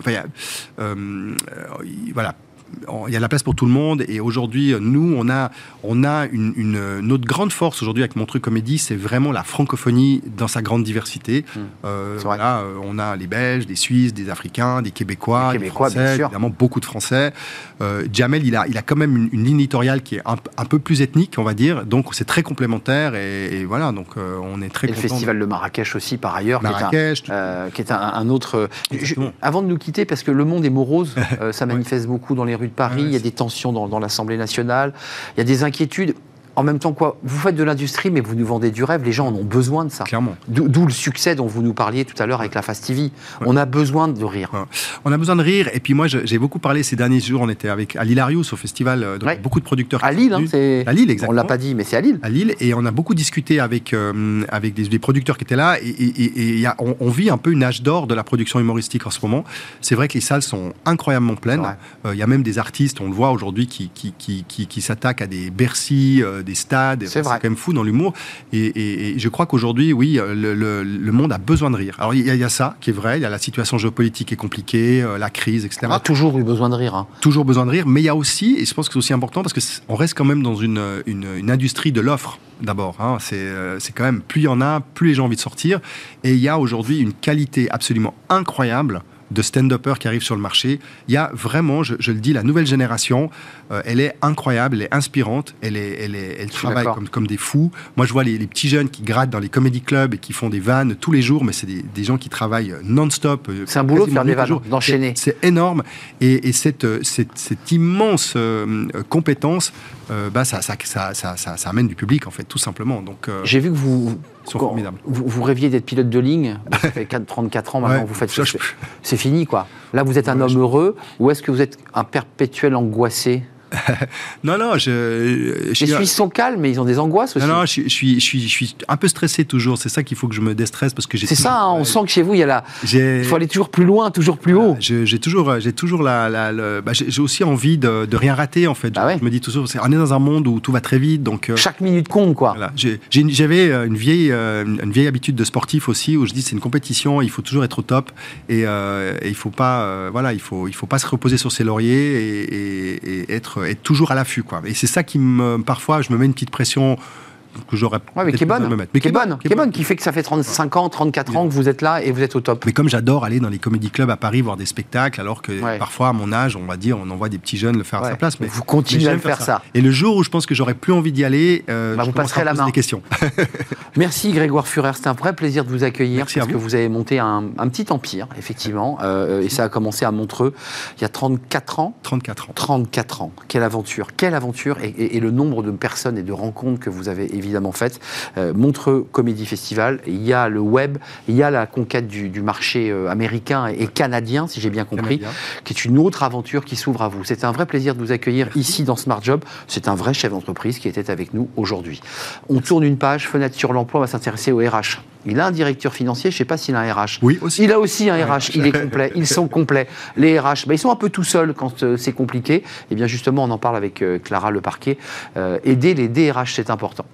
voilà, il y a de la place pour tout le monde. Et aujourd'hui, nous, on a notre grande force aujourd'hui avec Montreux Comédie, c'est vraiment la francophonie dans sa grande diversité. On a les Belges, des Suisses, des Africains, des Québécois, des Français, évidemment beaucoup de Français. Jamel, il a quand même une ligne éditoriale qui est un peu plus ethnique, on va dire. Donc c'est très complémentaire et voilà. Donc on est très content. Et le festival de Marrakech aussi, par ailleurs, qui est un autre. Avant de nous quitter, parce que le monde est morose, ça manifeste beaucoup dans les rues de Paris, il y a des tensions dans l'Assemblée nationale, il y a des inquiétudes. En même temps, vous faites de l'industrie, mais vous nous vendez du rêve. Les gens en ont besoin de ça. Clairement. D'où le succès dont vous nous parliez tout à l'heure avec la Fast TV. On a besoin de rire. On a besoin de rire. Et puis moi, j'ai beaucoup parlé ces derniers jours. On était à l'Hilarious au festival. Beaucoup de producteurs. À Lille, c'est... À Lille, exactement. On l'a pas dit, mais c'est à Lille. À Lille. Et on a beaucoup discuté avec des producteurs qui étaient là. Et on vit un peu une âge d'or de la production humoristique en ce moment. C'est vrai que les salles sont incroyablement pleines. Il y a même des artistes, on le voit aujourd'hui, qui s'attaquent à des Bercy, des stades. C'est quand même fou dans l'humour. Et je crois qu'aujourd'hui, oui, le monde a besoin de rire. Alors, il y a ça qui est vrai. Il y a la situation géopolitique qui est compliquée, la crise, etc. On a toujours eu besoin de rire. Hein. Toujours besoin de rire. Mais il y a aussi, et je pense que c'est aussi important, parce qu'on reste quand même dans une industrie de l'offre, d'abord. Hein. C'est quand même, plus il y en a, plus les gens ont envie de sortir. Et il y a aujourd'hui une qualité absolument incroyable de stand-uppers qui arrivent sur le marché. Il y a vraiment, je le dis, la nouvelle génération, elle est incroyable, elle est inspirante, elle travaille comme des fous. Moi, je vois les petits jeunes qui grattent dans les comédie clubs et qui font des vannes tous les jours, mais c'est des gens qui travaillent non-stop. C'est un boulot de faire des vannes, d'enchaîner. C'est énorme. Et cette immense compétence, ça amène du public, en fait, tout simplement. Donc, j'ai vu que vous rêviez d'être pilote de ligne. Ça fait 34 ans maintenant, vous faites ça. C'est fini, quoi. Là, vous êtes un homme heureux, ou est-ce que vous êtes un perpétuel angoissé ? Non, Les Suisses sont calmes, mais ils ont des angoisses aussi. Non, je suis un peu stressé toujours. C'est ça qu'il faut que je me déstresse parce que j'ai. C'est toujours, ça, hein, on sent que chez vous, il faut aller toujours plus loin, toujours plus haut. J'ai toujours j'ai aussi envie de rien rater, en fait. Je me dis toujours, on est dans un monde où tout va très vite, donc. Chaque minute compte, quoi. Voilà. J'avais une vieille habitude de sportif aussi, où je dis c'est une compétition, il faut toujours être au top et il faut pas, il faut pas se reposer sur ses lauriers et être toujours à l'affût, quoi. Et c'est ça qui parfois, je me mets une petite pression que j'aurais mais qui est bonne, qui fait que ça fait 35 ans, 34 ans que vous êtes là et vous êtes au top. Mais comme j'adore aller dans les comédie clubs à Paris voir des spectacles, alors que parfois à mon âge, on va dire, on envoie des petits jeunes le faire à sa place. Mais vous continuez à le faire ça. Et le jour où je pense que j'aurais plus envie d'y aller, vous passerez la main. Des questions. Merci Grégoire Führer, c'est un vrai plaisir de vous accueillir. Merci parce que vous avez monté un petit empire, effectivement, et ça a commencé à Montreux il y a 34 ans. 34 ans. Quelle aventure et le nombre de personnes et de rencontres que vous avez évidemment faites. Montreux Comédie Festival, il y a le web, il y a la conquête du marché américain et canadien, si j'ai bien compris, qui est une autre aventure qui s'ouvre à vous. C'était un vrai plaisir de vous accueillir ici dans Smart Job. C'est un vrai chef d'entreprise qui était avec nous aujourd'hui. On tourne une page, fenêtre sur l'emploi, on va s'intéresser au RH. Il a un directeur financier, je ne sais pas s'il a un RH. Oui, aussi. Il a aussi un RH, il est complet, ils sont complets. Les RH, ils sont un peu tout seuls quand c'est compliqué. Et bien justement, on en parle avec Clara Leparquet. Aider les DRH, c'est important.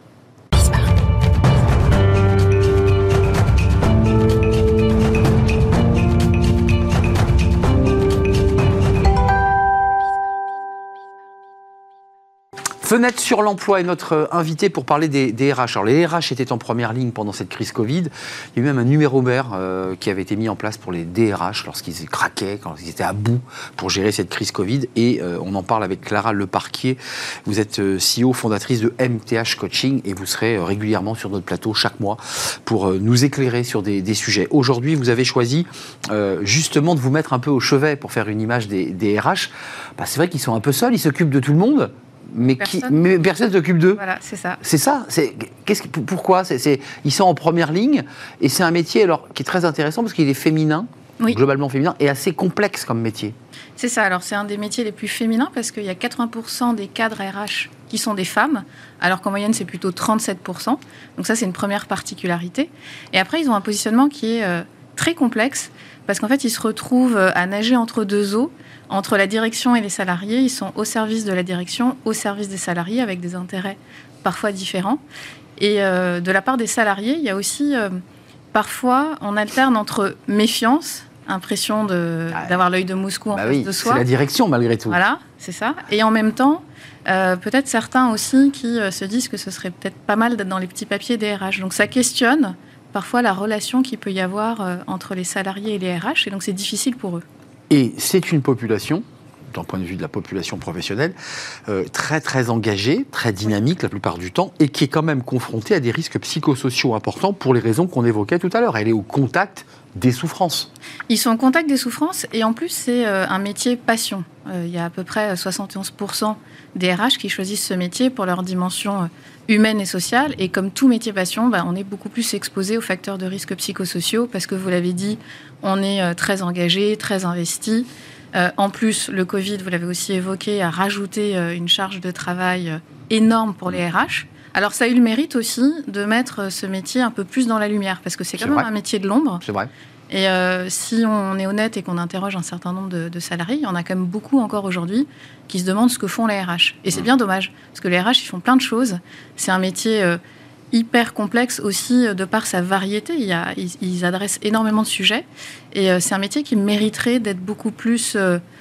Fenêtre sur l'emploi est notre invité pour parler des RH. Alors les RH étaient en première ligne pendant cette crise Covid. Il y a eu même un numéro vert qui avait été mis en place pour les DRH lorsqu'ils craquaient, quand ils étaient à bout pour gérer cette crise Covid. Et on en parle avec Clara Leparquet. Vous êtes CEO, fondatrice de MTH Coaching et vous serez régulièrement sur notre plateau chaque mois pour nous éclairer sur des sujets. Aujourd'hui, vous avez choisi justement de vous mettre un peu au chevet pour faire une image des RH. C'est vrai qu'ils sont un peu seuls, ils s'occupent de tout le monde. Mais personne ne s'occupe d'eux. Voilà, c'est ça. C'est ça. Pourquoi ils sont en première ligne et c'est un métier qui est très intéressant parce qu'il est féminin, globalement féminin, et assez complexe comme métier. C'est ça. Alors, c'est un des métiers les plus féminins parce qu'il y a 80% des cadres RH qui sont des femmes, alors qu'en moyenne, c'est plutôt 37%. Donc ça, c'est une première particularité. Et après, ils ont un positionnement qui est très complexe parce qu'en fait, ils se retrouvent à nager entre deux eaux. Entre la direction et les salariés, ils sont au service de la direction, au service des salariés, avec des intérêts parfois différents. Et de la part des salariés, il y a aussi, parfois, on alterne entre méfiance, impression d'avoir l'œil de Moscou en face de soi. C'est la direction, malgré tout. Voilà, c'est ça. Et en même temps, peut-être certains aussi qui se disent que ce serait peut-être pas mal d'être dans les petits papiers des RH. Donc ça questionne parfois la relation qu'il peut y avoir entre les salariés et les RH, et donc c'est difficile pour eux. Et c'est une population, d'un point de vue de la population professionnelle, très très engagée, très dynamique la plupart du temps, et qui est quand même confrontée à des risques psychosociaux importants pour les raisons qu'on évoquait tout à l'heure. Elle est au contact des souffrances. Ils sont au contact des souffrances, et en plus c'est un métier passion. Il y a à peu près 71% des RH qui choisissent ce métier pour leur dimension humaine et sociale, et comme tout métier passion, on est beaucoup plus exposé aux facteurs de risques psychosociaux, parce que vous l'avez dit, on est très engagé, très investi. En plus, le Covid, vous l'avez aussi évoqué, a rajouté une charge de travail énorme pour les RH. Alors ça a eu le mérite aussi de mettre ce métier un peu plus dans la lumière, parce que c'est quand même un métier de l'ombre. C'est vrai. Et si on est honnête et qu'on interroge un certain nombre de salariés, il y en a quand même beaucoup encore aujourd'hui qui se demandent ce que font les RH. Et c'est bien dommage, parce que les RH, ils font plein de choses. C'est un métier hyper complexe aussi de par sa variété. Ils adressent énormément de sujets. Et c'est un métier qui mériterait d'être beaucoup plus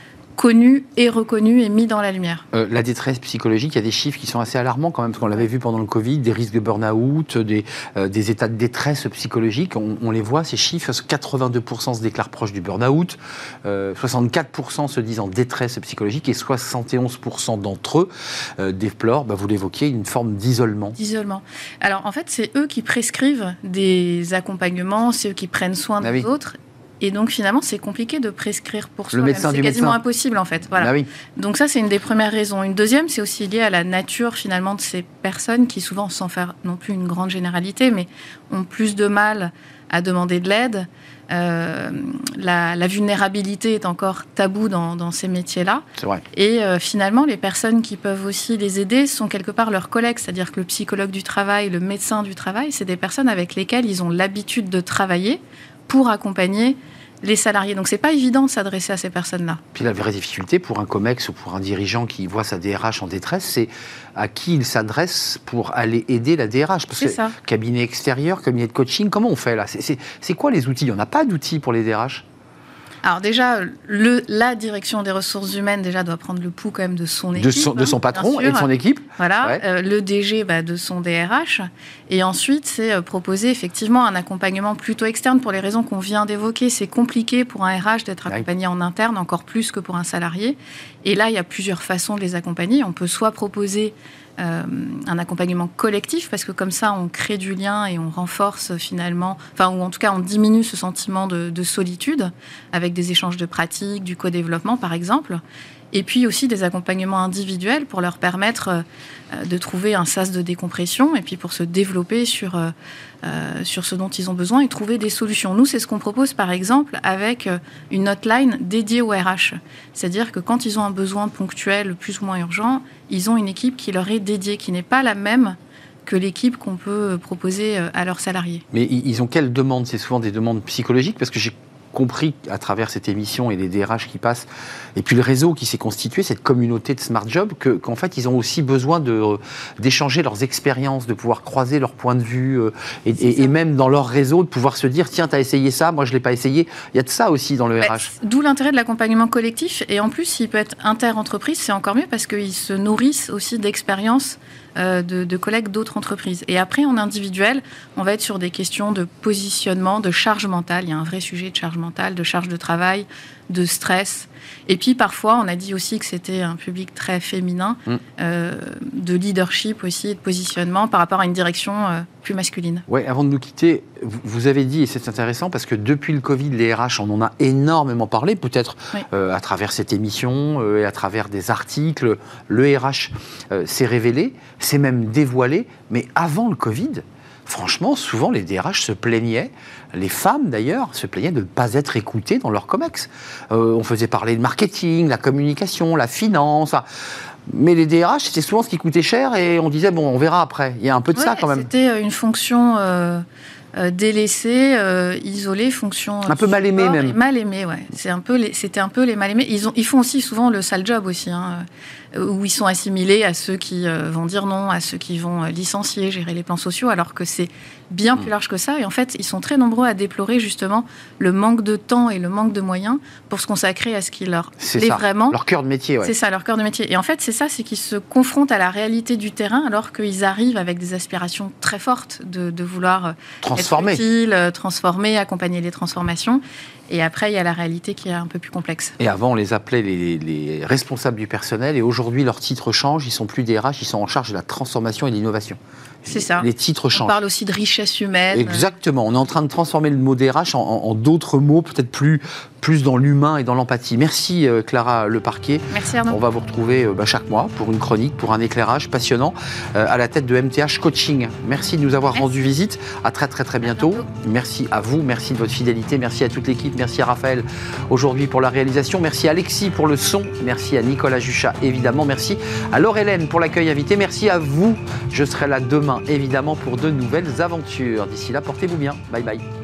connu et reconnu et mis dans la lumière. La détresse psychologique, il y a des chiffres qui sont assez alarmants quand même, parce qu'on l'avait vu pendant le Covid, des risques de burn-out, des états de détresse psychologique. On les voit, ces chiffres, 82% se déclarent proches du burn-out, 64% se disent en détresse psychologique et 71% d'entre eux déplorent, vous l'évoquiez, une forme d'isolement. Alors en fait, c'est eux qui prescrivent des accompagnements, c'est eux qui prennent soin des autres. Et donc, finalement, c'est compliqué de prescrire pour soi. médecin C'est quasiment impossible, en fait. Voilà. Ah oui. Donc ça, c'est une des premières raisons. Une deuxième, c'est aussi lié à la nature, finalement, de ces personnes qui, souvent, sans faire non plus une grande généralité, mais ont plus de mal à demander de l'aide. La vulnérabilité est encore tabou dans ces métiers-là. C'est vrai. Et finalement, les personnes qui peuvent aussi les aider sont quelque part leurs collègues, c'est-à-dire que le psychologue du travail, le médecin du travail, c'est des personnes avec lesquelles ils ont l'habitude de travailler pour accompagner les salariés. Donc, c'est pas évident de s'adresser à ces personnes-là. Puis la vraie difficulté pour un COMEX ou pour un dirigeant qui voit sa DRH en détresse, c'est à qui il s'adresse pour aller aider la DRH. Parce que ça. Cabinet extérieur, cabinet de coaching, comment on fait là ? C'est quoi les outils ? Il n'y en a pas d'outils pour les DRH ? Alors déjà, la direction des ressources humaines déjà doit prendre le pouls quand même de son équipe. De son patron et de son équipe. Voilà, Ouais. le DG de son DRH. Et ensuite, c'est proposer effectivement un accompagnement plutôt externe pour les raisons qu'on vient d'évoquer. C'est compliqué pour un RH d'être accompagné en interne, encore plus que pour un salarié. Et là, il y a plusieurs façons de les accompagner. On peut soit proposer un accompagnement collectif, parce que comme ça, on crée du lien et on renforce finalement, ou en tout cas, on diminue ce sentiment de solitude avec des échanges de pratiques, du co-développement, par exemple. Et puis aussi des accompagnements individuels pour leur permettre de trouver un sas de décompression et puis pour se développer sur ce dont ils ont besoin et trouver des solutions. Nous, c'est ce qu'on propose par exemple avec une hotline dédiée au RH. C'est-à-dire que quand ils ont un besoin ponctuel plus ou moins urgent, ils ont une équipe qui leur est dédiée, qui n'est pas la même que l'équipe qu'on peut proposer à leurs salariés. Mais ils ont quelles demandes ? C'est souvent des demandes psychologiques, parce que j'ai compris à travers cette émission et les DRH qui passent, et puis le réseau qui s'est constitué, cette communauté de Smart Job, qu'en fait, ils ont aussi besoin d'échanger leurs expériences, de pouvoir croiser leurs points de vue, et même dans leur réseau, de pouvoir se dire, tiens, t'as essayé ça, moi je l'ai pas essayé. Il y a de ça aussi dans le RH. D'où l'intérêt de l'accompagnement collectif, et en plus, s'il peut être inter-entreprise, c'est encore mieux, parce qu'ils se nourrissent aussi d'expériences de collègues d'autres entreprises. Et après, en individuel, on va être sur des questions de positionnement, de charge mentale. Il y a un vrai sujet de charge mentale, de charge de travail, de stress. Et puis, parfois, on a dit aussi que c'était un public très féminin, de leadership aussi, de positionnement par rapport à une direction plus masculine. Ouais, avant de nous quitter, vous avez dit, et c'est intéressant, parce que depuis le Covid, les RH, on en a énormément parlé, peut-être à travers cette émission et à travers des articles. Le RH s'est révélé, s'est même dévoilé, mais avant le Covid, franchement, souvent les DRH se plaignaient, les femmes d'ailleurs, se plaignaient de ne pas être écoutées dans leur COMEX. On faisait parler de marketing, la communication, la finance. Mais les DRH, c'était souvent ce qui coûtait cher et on disait, bon, on verra après. Il y a un peu de ça quand même. C'était une fonction délaissée, isolée, fonction... un peu mal aimée même. Mal aimée, ouais. C'était un peu les mal aimés. Ils font aussi souvent le sale job aussi, où ils sont assimilés à ceux qui vont dire non, à ceux qui vont licencier, gérer les plans sociaux, alors que c'est bien plus large que ça. Et en fait, ils sont très nombreux à déplorer justement le manque de temps et le manque de moyens pour se consacrer à ce qui leur plaît vraiment. Leur cœur de métier, ouais. C'est ça, leur cœur de métier. Et en fait, c'est qu'ils se confrontent à la réalité du terrain, alors qu'ils arrivent avec des aspirations très fortes de vouloir transformer. Être utile, transformer, accompagner les transformations. Et après, il y a la réalité qui est un peu plus complexe. Et avant, on les appelait les responsables du personnel. Et aujourd'hui, leur titre change. Ils ne sont plus des RH, ils sont en charge de la transformation et de l'innovation. C'est ça. Les titres changent. On parle aussi de richesse humaine. Exactement. On est en train de transformer le mot DRH en d'autres mots, peut-être plus dans l'humain et dans l'empathie. Merci Clara Leparquet. Merci Arnaud. On va vous retrouver chaque mois pour une chronique, pour un éclairage passionnant à la tête de MTH Coaching. Merci de nous avoir rendu visite. À très très très bientôt. Merci à vous, merci de votre fidélité, merci à toute l'équipe, merci à Raphaël aujourd'hui pour la réalisation, merci à Alexis pour le son, merci à Nicolas Juchat évidemment, merci à Laure-Hélène pour l'accueil invité, merci à vous. Je serai là demain évidemment pour de nouvelles aventures. D'ici là, portez-vous bien. Bye bye.